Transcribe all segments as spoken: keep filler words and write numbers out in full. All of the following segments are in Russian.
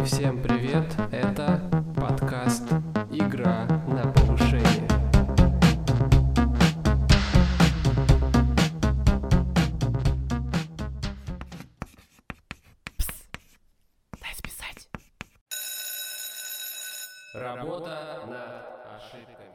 Эй, всем привет! Это подкаст «Игра на повышение». Пс, дай списать. Работа над ошибками.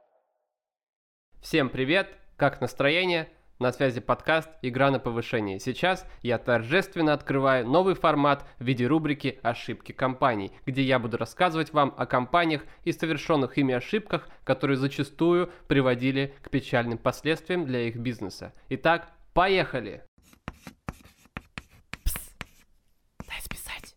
Всем привет! Как настроение? На связи подкаст «Игра на повышение». Сейчас я торжественно открываю новый формат в виде рубрики «Ошибки компаний», где я буду рассказывать вам о компаниях и совершенных ими ошибках, которые зачастую приводили к печальным последствиям для их бизнеса. Итак, поехали! Пс, дай списать.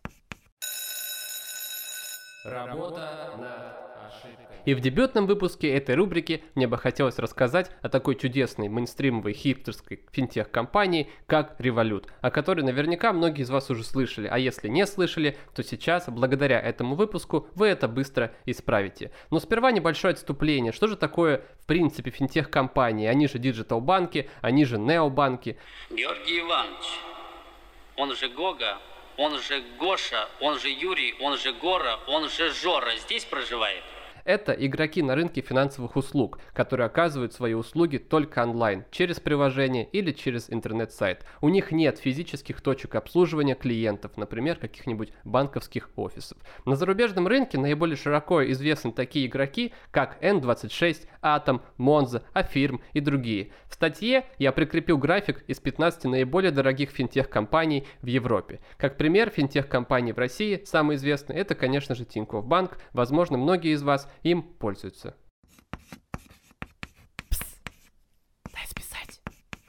Работа над ошибками. И в дебютном выпуске этой рубрики мне бы хотелось рассказать о такой чудесной мейнстримовой хипстерской финтех-компании, как Revolut, о которой наверняка многие из вас уже слышали, а если не слышали, то сейчас, благодаря этому выпуску, вы это быстро исправите. Но сперва небольшое отступление. Что же такое, в принципе, финтех-компании? Они же диджитал-банки, они же необанки. Георгий Иванович, он же Гога, он же Гоша, он же Юрий, он же Гора, он же Жора здесь проживает? Это игроки на рынке финансовых услуг, которые оказывают свои услуги только онлайн, через приложение или через интернет-сайт. У них нет физических точек обслуживания клиентов, например, каких-нибудь банковских офисов. На зарубежном рынке наиболее широко известны такие игроки, как эн двадцать шесть, Atom, Monzo, Affirm и другие. В статье я прикрепил график из пятнадцати наиболее дорогих финтех-компаний в Европе. Как пример финтех-компаний в России, самый известный это, конечно же, Тинькофф Банк. Возможно, многие из вас им пользуются. Пс, дай списать.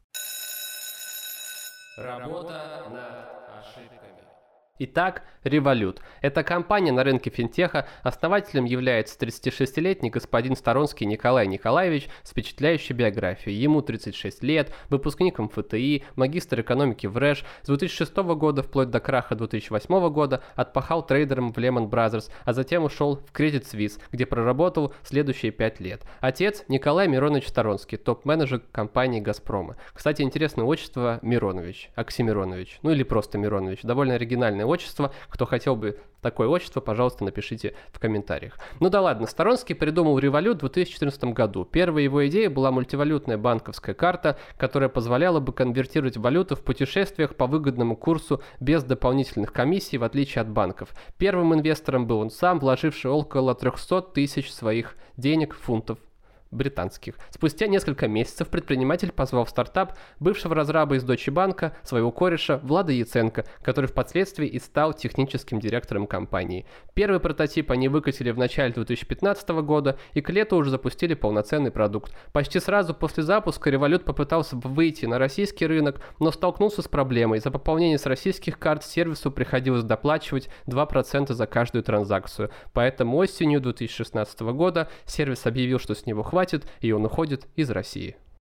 Работа над ошибками. Итак, Revolut. Это компания на рынке финтеха. Основателем является тридцатишестилетний господин Сторонский Николай Николаевич с впечатляющей биографией. Ему тридцать шесть лет, выпускник эм эф тэ и, магистр экономики в РЭШ. С две тысячи шестого года вплоть до краха две тысячи восьмого года отпахал трейдером в Lehman Brothers, а затем ушел в Credit Suisse, где проработал следующие пять лет. Отец Николай Миронович Сторонский, топ-менеджер компании «Газпрома». Кстати, интересное отчество Миронович, Оксимиронович, ну или просто Миронович. Довольно оригинальное отчество. Кто хотел бы такое отчество, пожалуйста, напишите в комментариях. Ну да ладно, Сторонский придумал Revolut в две тысячи четырнадцатом году. Первая его идея была мультивалютная банковская карта, которая позволяла бы конвертировать валюту в путешествиях по выгодному курсу без дополнительных комиссий, в отличие от банков. Первым инвестором был он сам, вложивший около триста тысяч своих денег, фунтов британских. Спустя несколько месяцев предприниматель позвал в стартап бывшего разраба из Deutsche Bank, своего кореша Влада Яценко, который впоследствии и стал техническим директором компании. Первый прототип они выкатили в начале две тысячи пятнадцатого года и к лету уже запустили полноценный продукт. Почти сразу после запуска Revolut попытался выйти на российский рынок, но столкнулся с проблемой. За пополнение с российских карт сервису приходилось доплачивать два процента за каждую транзакцию. Поэтому осенью две тысячи шестнадцатого года сервис объявил, что с него хватит, и он уходит из России.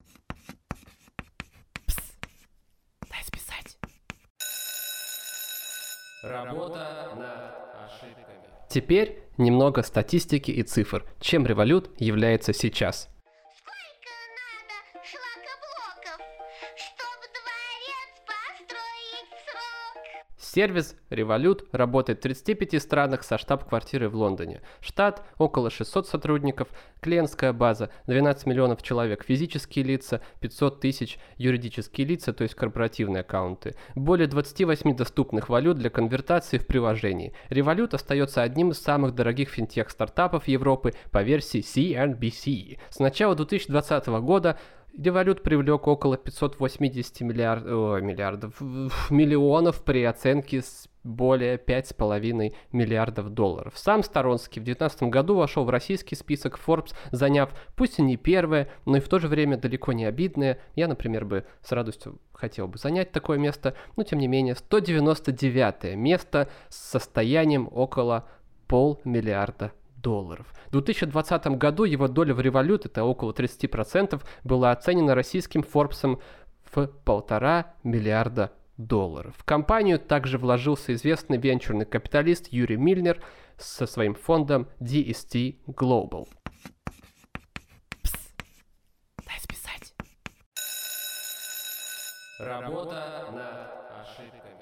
Пс, дай списать. Работа над ошибками. Теперь немного статистики и цифр. Чем Revolut является сейчас? Сколько надо шлакоблоков, чтобы дворец построить в срок? Сервис Revolut работает в тридцати пяти странах со штаб-квартирой в Лондоне. Штат около шестисот сотрудников, клиентская база двенадцать миллионов человек, физические лица пятьсот тысяч, юридические лица, то есть корпоративные аккаунты. Более двадцати восьми доступных валют для конвертации в приложении. Revolut остается одним из самых дорогих финтех-стартапов Европы по версии си эн би си. С начала две тысячи двадцатого года Revolut привлек около пятьсот восемьдесят миллиард, о, миллиардов, миллионов при оценке с более пяти с половиной миллиардов долларов. Сам Сторонский в две тысячи девятнадцатом году вошел в российский список Forbes, заняв, пусть и не первое, но и в то же время далеко не обидное. Я, например, бы с радостью хотел бы занять такое место, но тем не менее сто девяносто девятое место с состоянием около полмиллиарда долларов. В две тысячи двадцатом году его доля в Revolut, это около тридцати процентов, была оценена российским Forbes в полтора миллиарда долларов. В компанию также вложился известный венчурный капиталист Юрий Мильнер со своим фондом ди эс ти Global. Пс, дай списать. Работа над ошибками.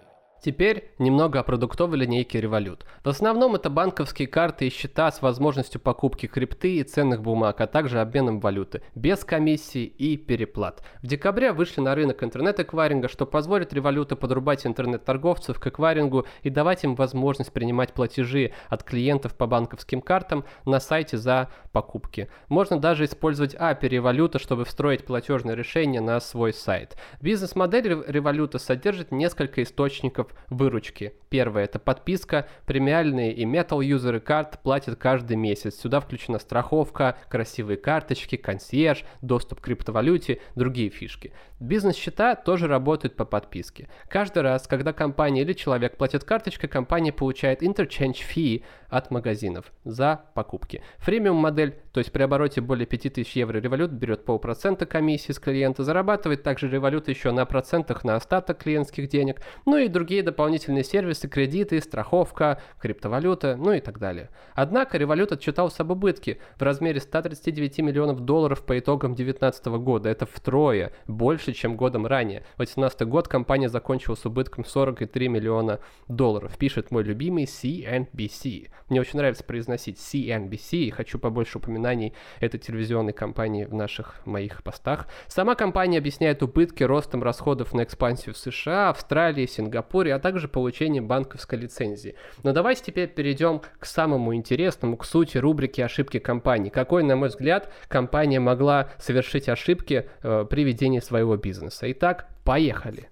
Теперь немного о продуктовой линейке Revolut. В основном это банковские карты и счета с возможностью покупки крипты и ценных бумаг, а также обменом валюты, без комиссий и переплат. В декабре вышли на рынок интернет-эквайринга, что позволит Revolut подрубать интернет-торговцев к эквайрингу и давать им возможность принимать платежи от клиентов по банковским картам на сайте за покупки. Можно даже использовать эй пи ай Revolut, чтобы встроить платежное решение на свой сайт. Бизнес-модель Revolut содержит несколько источников выручки. Первое — это подписка. Премиальные и метал юзеры карт платят каждый месяц. Сюда включена страховка, красивые карточки, консьерж, доступ к криптовалюте, другие фишки. Бизнес-счета тоже работают по подписке. Каждый раз, когда компания или человек платит карточкой, компания получает interchange fee от магазинов за покупки. Фримиум модель, то есть при обороте более пяти тысяч евро Revolut берет полпроцента комиссии с клиента, зарабатывает также Revolut еще на процентах на остаток клиентских денег, ну и другие дополнительные сервисы, кредиты, страховка, криптовалюта, ну и так далее. Однако Revolut отчитался об убытке в размере ста тридцати девяти миллионов долларов по итогам две тысячи девятнадцатого года. Это втрое больше, чем годом ранее. В две тысячи восемнадцатый год компания закончила с убытком сорок три миллиона долларов, пишет мой любимый си эн би си. Мне очень нравится произносить си эн би си, и хочу побольше упоминаний этой телевизионной компании в наших моих постах. Сама компания объясняет убытки ростом расходов на экспансию в США, Австралии, Сингапуре, а также получением банковской лицензии. Но давайте теперь перейдем к самому интересному, к сути рубрики «Ошибки компании». Какой, на мой взгляд, компания могла совершить ошибки э, при ведении своего бизнеса. Итак, поехали.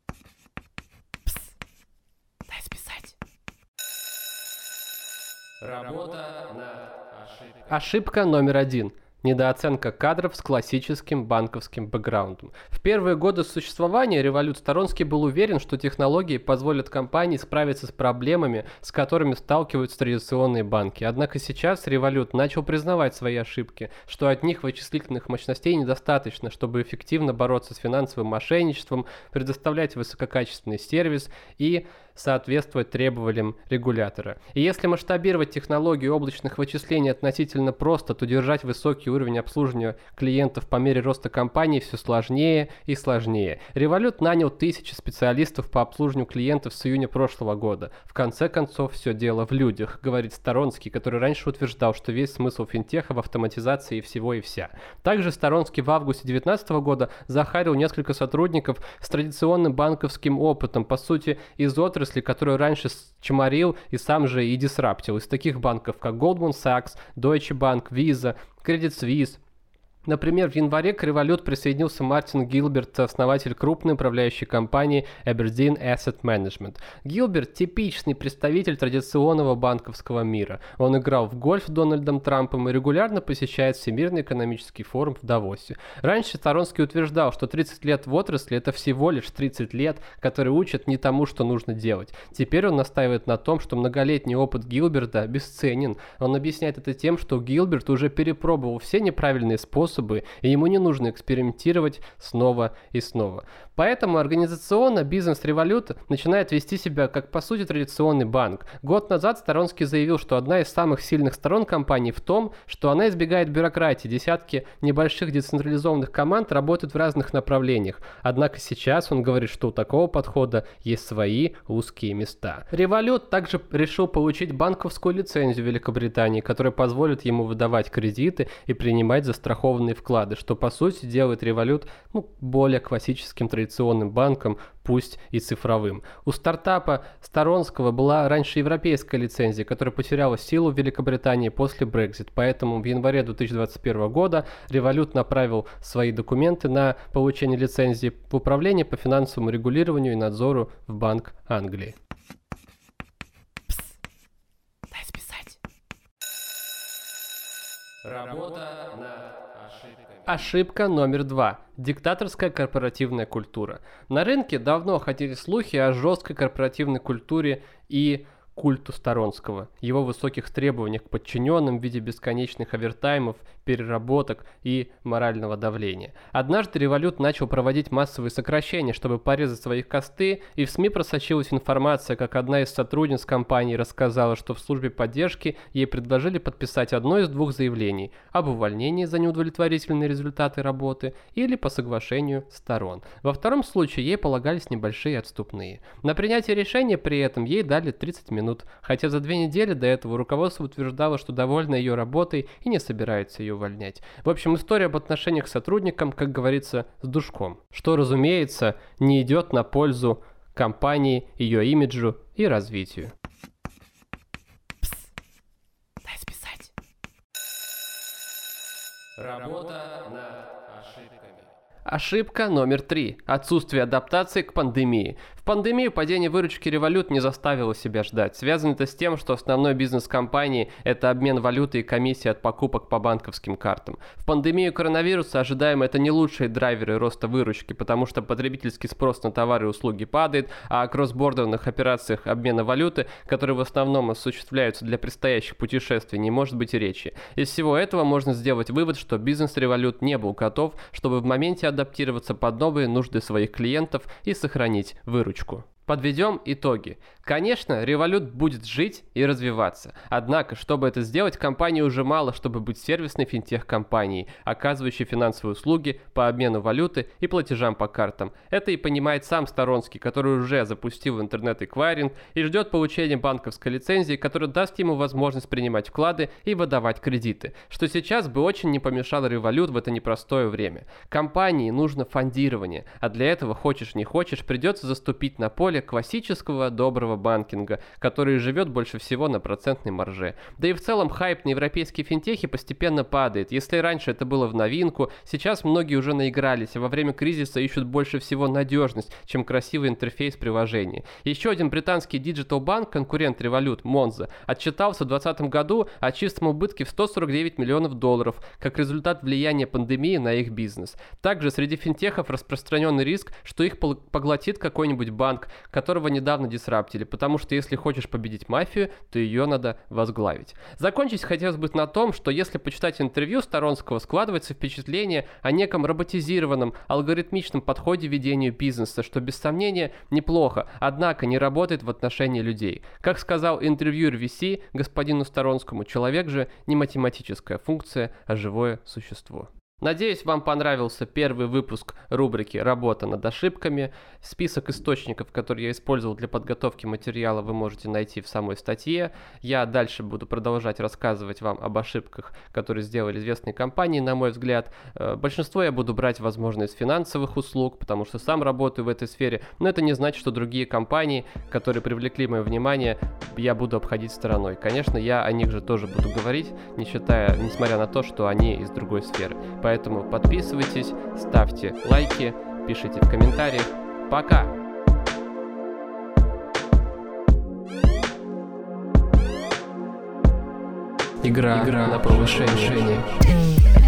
Дай списать. Работа над ошибкой. Ошибка номер один. Недооценка кадров с классическим банковским бэкграундом. В первые годы существования Revolut Сторонский был уверен, что технологии позволят компании справиться с проблемами, с которыми сталкиваются традиционные банки. Однако сейчас Revolut начал признавать свои ошибки, что от них вычислительных мощностей недостаточно, чтобы эффективно бороться с финансовым мошенничеством, предоставлять высококачественный сервис и соответствовать требованиям регулятора. И если масштабировать технологию облачных вычислений относительно просто, то держать высокий уровень обслуживания клиентов по мере роста компании все сложнее и сложнее. Revolut нанял тысячи специалистов по обслуживанию клиентов с июня прошлого года. В конце концов, все дело в людях, говорит Сторонский, который раньше утверждал, что весь смысл финтеха в автоматизации всего и вся. Также Сторонский в августе две тысячи девятнадцатого года захарил несколько сотрудников с традиционным банковским опытом, по сути, из отрасли, которую раньше чморил и сам же и дисраптил, из таких банков, как Goldman Sachs, Deutsche Bank, Visa, Credit Suisse. Например, в январе к Revolut присоединился Мартин Гилберт, основатель крупной управляющей компании Aberdeen Asset Management. Гилберт – типичный представитель традиционного банковского мира. Он играл в гольф с Дональдом Трампом и регулярно посещает Всемирный экономический форум в Давосе. Раньше Сторонский утверждал, что тридцать лет в отрасли – это всего лишь тридцать лет, которые учат не тому, что нужно делать. Теперь он настаивает на том, что многолетний опыт Гилберта бесценен. Он объясняет это тем, что Гилберт уже перепробовал все неправильные способы, и ему не нужно экспериментировать снова и снова. Поэтому организационно бизнес Revolut начинает вести себя как, по сути, традиционный банк. Год назад Сторонский заявил, что одна из самых сильных сторон компании в том, что она избегает бюрократии. Десятки небольших децентрализованных команд работают в разных направлениях. Однако сейчас он говорит, что у такого подхода есть свои узкие места. Revolut также решил получить банковскую лицензию в Великобритании, которая позволит ему выдавать кредиты и принимать застрахованные вклады, что по сути делает Revolut ну, более классическим традиционным банком, пусть и цифровым. У стартапа Сторонского была раньше европейская лицензия, которая потеряла силу в Великобритании после Brexit, поэтому в январе две тысячи двадцать первого года Revolut направил свои документы на получение лицензии в Управление по финансовому регулированию и надзору в Банк Англии. Дай списать. Работа над ошибками. Ошибка номер два. Диктаторская корпоративная культура. На рынке давно ходили слухи о жесткой корпоративной культуре и культу Сторонского, его высоких требованиях к подчиненным в виде бесконечных овертаймов, переработок и морального давления. Однажды Revolut начал проводить массовые сокращения, чтобы порезать свои косты, и в СМИ просочилась информация, как одна из сотрудниц компании рассказала, что в службе поддержки ей предложили подписать одно из двух заявлений об увольнении за неудовлетворительные результаты работы или по соглашению сторон. Во втором случае ей полагались небольшие отступные. На принятие решения при этом ей дали тридцать минут, хотя за две недели до этого руководство утверждало, что довольно ее работой и не собирается ее увольнять. В общем, история об отношениях с сотрудником, как говорится, с душком, что, разумеется, не идет на пользу компании, ее имиджу и развитию. Дай списать. Работа над ошибками. Ошибка номер три. Отсутствие адаптации к пандемии. В пандемию падение выручки Revolut не заставило себя ждать. Связано это с тем, что основной бизнес компании – это обмен валюты и комиссии от покупок по банковским картам. В пандемию коронавируса ожидаемо это не лучшие драйверы роста выручки, потому что потребительский спрос на товары и услуги падает, а о кроссбордерных операциях обмена валюты, которые в основном осуществляются для предстоящих путешествий, не может быть и речи. Из всего этого можно сделать вывод, что бизнес Revolut не был готов, чтобы в моменте адаптироваться под новые нужды своих клиентов и сохранить выручку. Подведем итоги. Конечно, Revolut будет жить и развиваться. Однако, чтобы это сделать, компании уже мало, чтобы быть сервисной финтех-компанией, оказывающей финансовые услуги по обмену валюты и платежам по картам. Это и понимает сам Сторонский, который уже запустил интернет-эквайринг и ждет получения банковской лицензии, которая даст ему возможность принимать вклады и выдавать кредиты, что сейчас бы очень не помешало Revolut в это непростое время. Компании нужно фондирование, а для этого, хочешь не хочешь, придется заступить на поле классического доброго банкинга, который живет больше всего на процентной марже. Да и в целом хайп на европейские финтехи постепенно падает. Если раньше это было в новинку, сейчас многие уже наигрались, а во время кризиса ищут больше всего надежность, чем красивый интерфейс приложения. Еще один британский диджитал-банк, конкурент Revolut, Monzo, отчитался в двадцать двадцатом году о чистом убытке в сто сорок девять миллионов долларов, как результат влияния пандемии на их бизнес. Также среди финтехов распространенный риск, что их поглотит какой-нибудь банк, которого недавно дисраптили, потому что если хочешь победить мафию, то ее надо возглавить. Закончить хотелось бы на том, что если почитать интервью Сторонского, складывается впечатление о неком роботизированном, алгоритмичном подходе ведению бизнеса, что без сомнения неплохо, однако не работает в отношении людей. Как сказал интервьюер ви си господину Сторонскому, человек же не математическая функция, а живое существо. Надеюсь, вам понравился первый выпуск рубрики «Работа над ошибками». Список источников, которые я использовал для подготовки материала, вы можете найти в самой статье. Я дальше буду продолжать рассказывать вам об ошибках, которые сделали известные компании, на мой взгляд. Большинство я буду брать, возможно, из финансовых услуг, потому что сам работаю в этой сфере, но это не значит, что другие компании, которые привлекли мое внимание, я буду обходить стороной. Конечно, я о них же тоже буду говорить, не считая, несмотря на то, что они из другой сферы. Поэтому подписывайтесь, ставьте лайки, пишите в комментариях. Пока! Игра, Игра на повышение.